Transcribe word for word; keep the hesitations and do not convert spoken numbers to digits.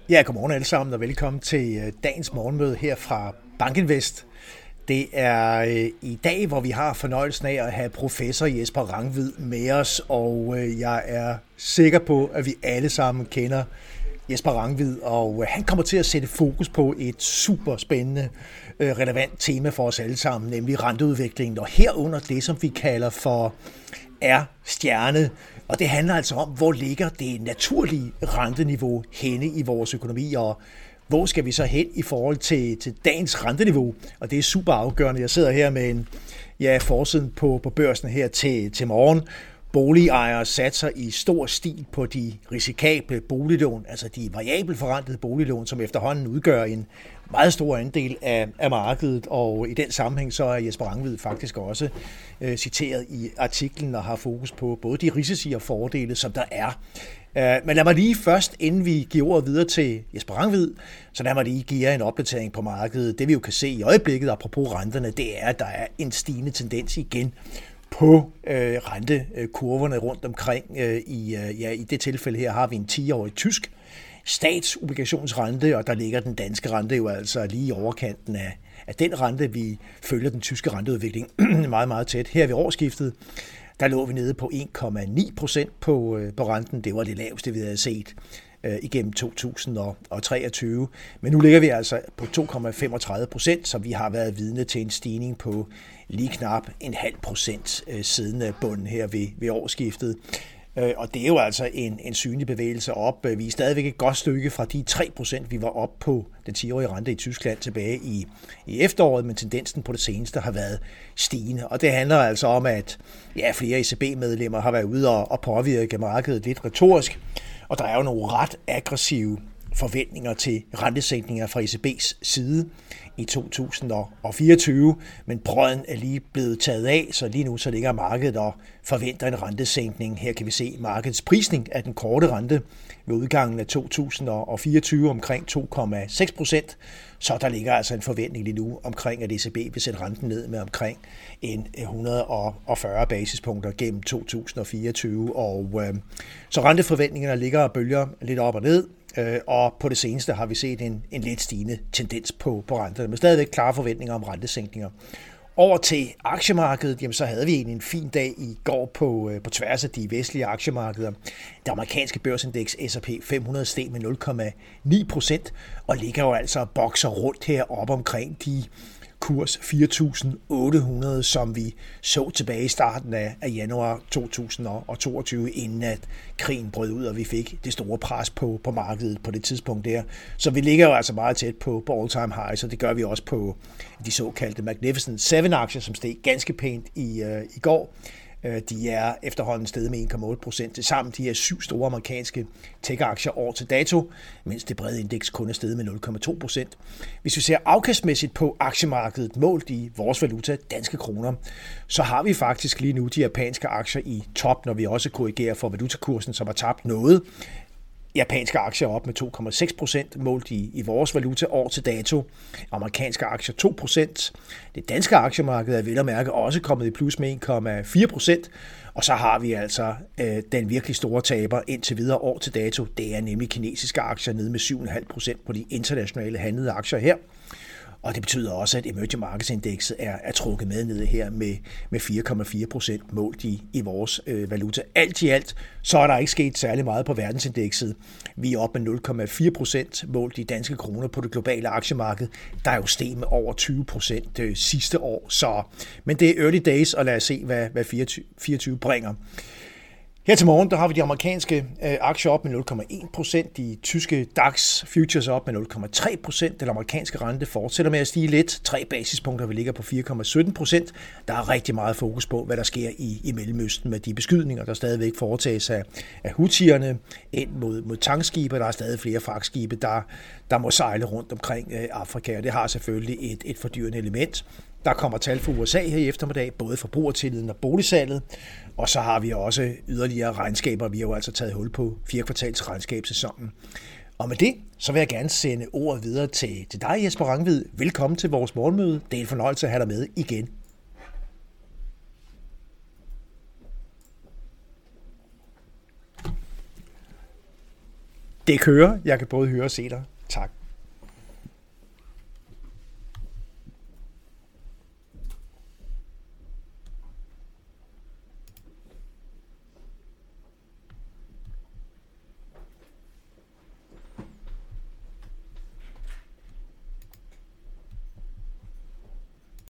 Ja, godmorgen alle sammen og velkommen til øh, dagens morgenmøde her fra Bankinvest. Det er øh, i dag, hvor vi har fornøjelsen af at have professor Jesper Rangvid med os, og øh, jeg er sikker på, at vi alle sammen kender Jesper Rangvid, og øh, han kommer til at sætte fokus på et super spændende, øh, relevant tema for os alle sammen, nemlig renteudviklingen, og herunder det, som vi kalder for R-stjerne. Og det handler altså om, hvor ligger det naturlige renteniveau henne i vores økonomi, og hvor skal vi så hen i forhold til, til dagens renteniveau? Og det er super afgørende. Jeg sidder her med en ja, forsiden på, på børsen her til, til morgen. Boligejere satser i stor stil på de risikable boliglån, altså de variabelt forrentede boliglån, som efterhånden udgør en meget stor andel af, af markedet, og i den sammenhæng så er Jesper Rangvid faktisk også øh, citeret i artiklen og har fokus på både de risici og fordele, som der er. Uh, men lad mig lige først, inden vi giver ordet videre til Jesper Rangvid, så lad mig lige give jer en opdatering på markedet. Det vi jo kan se i øjeblikket, apropos renterne, det er, at der er en stigende tendens igen på øh, rentekurverne rundt omkring. Øh, i, øh, ja, I det tilfælde her har vi en ti-årig tysk statsobligationsrente, og der ligger den danske rente jo altså lige i overkanten af, af den rente. Vi følger den tyske renteudvikling meget, meget tæt. Her ved årsskiftet, der lå vi nede på en komma ni procent på, øh, på renten. Det var det laveste, vi havde set øh, igennem to tusind og treogtyve. Men nu ligger vi altså på to komma femogtredive procent, så vi har været vidne til en stigning på lige knap en halv procent øh, siden bunden her ved, ved årsskiftet. Øh, og det er jo altså en, en synlig bevægelse op. Vi er stadigvæk et godt stykke fra de tre procent, vi var op på den ti-årige rente i Tyskland tilbage i, i efteråret, men tendensen på det seneste har været stigende. Og det handler altså om, at ja, flere E C B-medlemmer har været ude og, og påvirke markedet lidt retorisk, og der er jo nogle ret aggressive forventninger til rentesænkninger fra E C B's side i to tusind og fireogtyve, men brøden er lige blevet taget af, så lige nu så ligger markedet og forventer en rentesænkning. Her kan vi se markedets prisning af den korte rente ved udgangen af to tusind og fireogtyve omkring to komma seks procent, så der ligger altså en forventning lige nu omkring, at E C B vil sætte renten ned med omkring en et hundrede og fyrre basispunkter gennem to tusind og fireogtyve, og øh, så renteforventningerne ligger og bølger lidt op og ned. Og på det seneste har vi set en, en lidt stigende tendens på, på renterne, men stadigvæk klare forventninger om rentesænkninger. Over til aktiemarkedet, jamen så havde vi egentlig en fin dag i går på, på tværs af de vestlige aktiemarkeder. Det amerikanske børsindeks S og P fem hundrede steg med nul komma ni procent og ligger jo altså og bokser rundt her op omkring de kurs fire tusind otte hundrede, som vi så tilbage i starten af, af januar to tusind og toogtyve, inden at krigen brød ud, og vi fik det store pres på, på markedet på det tidspunkt der. Så vi ligger jo altså meget tæt på, på all-time highs, og det gør vi også på de såkaldte Magnificent syv-aktier, som steg ganske pænt i, uh, i går. De er efterhånden steget med en komma otte procent til sammen. De er syv store amerikanske tech-aktier år til dato, mens det brede indeks kun er steget med nul komma to procent. Hvis vi ser afkastmæssigt på aktiemarkedet målt i vores valuta, danske kroner, så har vi faktisk lige nu de japanske aktier i top, når vi også korrigerer for valutakursen, som har tabt noget. Japanske aktier op med to komma seks procent målt i, i vores valuta år til dato. Amerikanske aktier to procent. Det danske aktiemarked er vel at mærke også kommet i plus med en komma fire procent. Og så har vi altså øh, den virkelig store taber indtil videre år til dato. Det er nemlig kinesiske aktier nede med syv komma fem procent på de internationale handlede aktier her. Og det betyder også, at emerging markets indekset er, er trukket med nede her med, med fire komma fire procent målt i, i vores øh, valuta. Alt i alt, så er der ikke sket særlig meget på verdensindekset. Vi er oppe med nul komma fire procent målt i danske kroner på det globale aktiemarked. Der er jo steget med over tyve procent øh, sidste år. Så, men det er early days, og lad os se, hvad, hvad fireogtyve bringer. Her til morgen, der har vi de amerikanske øh, aktier op med nul komma en procent, de tyske DAX futures op med nul komma tre procent, den amerikanske rente fortsætter med at stige lidt, tre basispunkter, vi ligger på fire komma sytten procent. Der er rigtig meget fokus på, hvad der sker i, i Mellemøsten med de beskydninger, der stadigvæk foretages af, af Houthierne ind mod, mod tankskibe. Der er stadig flere fragtskibe, der, der må sejle rundt omkring øh, Afrika, og det har selvfølgelig et, et fordyrende element. Der kommer tal fra U S A her i eftermiddag, både forbrugertilliden og boligsalget. Og så har vi også yderligere regnskaber. Vi har jo altså taget hul på fire kvartals regnskabssæsonen. Og med det, så vil jeg gerne sende ordet videre til, til dig, Jesper Rangvid. Velkommen til vores morgenmøde. Det er en fornøjelse at have dig med igen. Det kører. Jeg kan både høre og se dig.